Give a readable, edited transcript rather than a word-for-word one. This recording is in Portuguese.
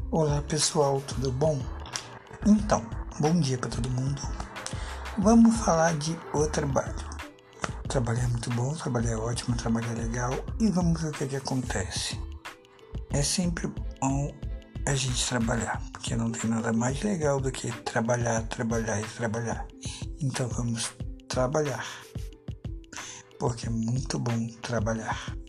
Olá pessoal, tudo bom? Então, bom dia para todo mundo. Vamos falar de o trabalho. Trabalhar é muito bom, trabalhar é ótimo, trabalhar é legal e vamos ver o que acontece. É sempre bom a gente trabalhar, porque não tem nada mais legal do que trabalhar. Então vamos trabalhar, porque é muito bom trabalhar.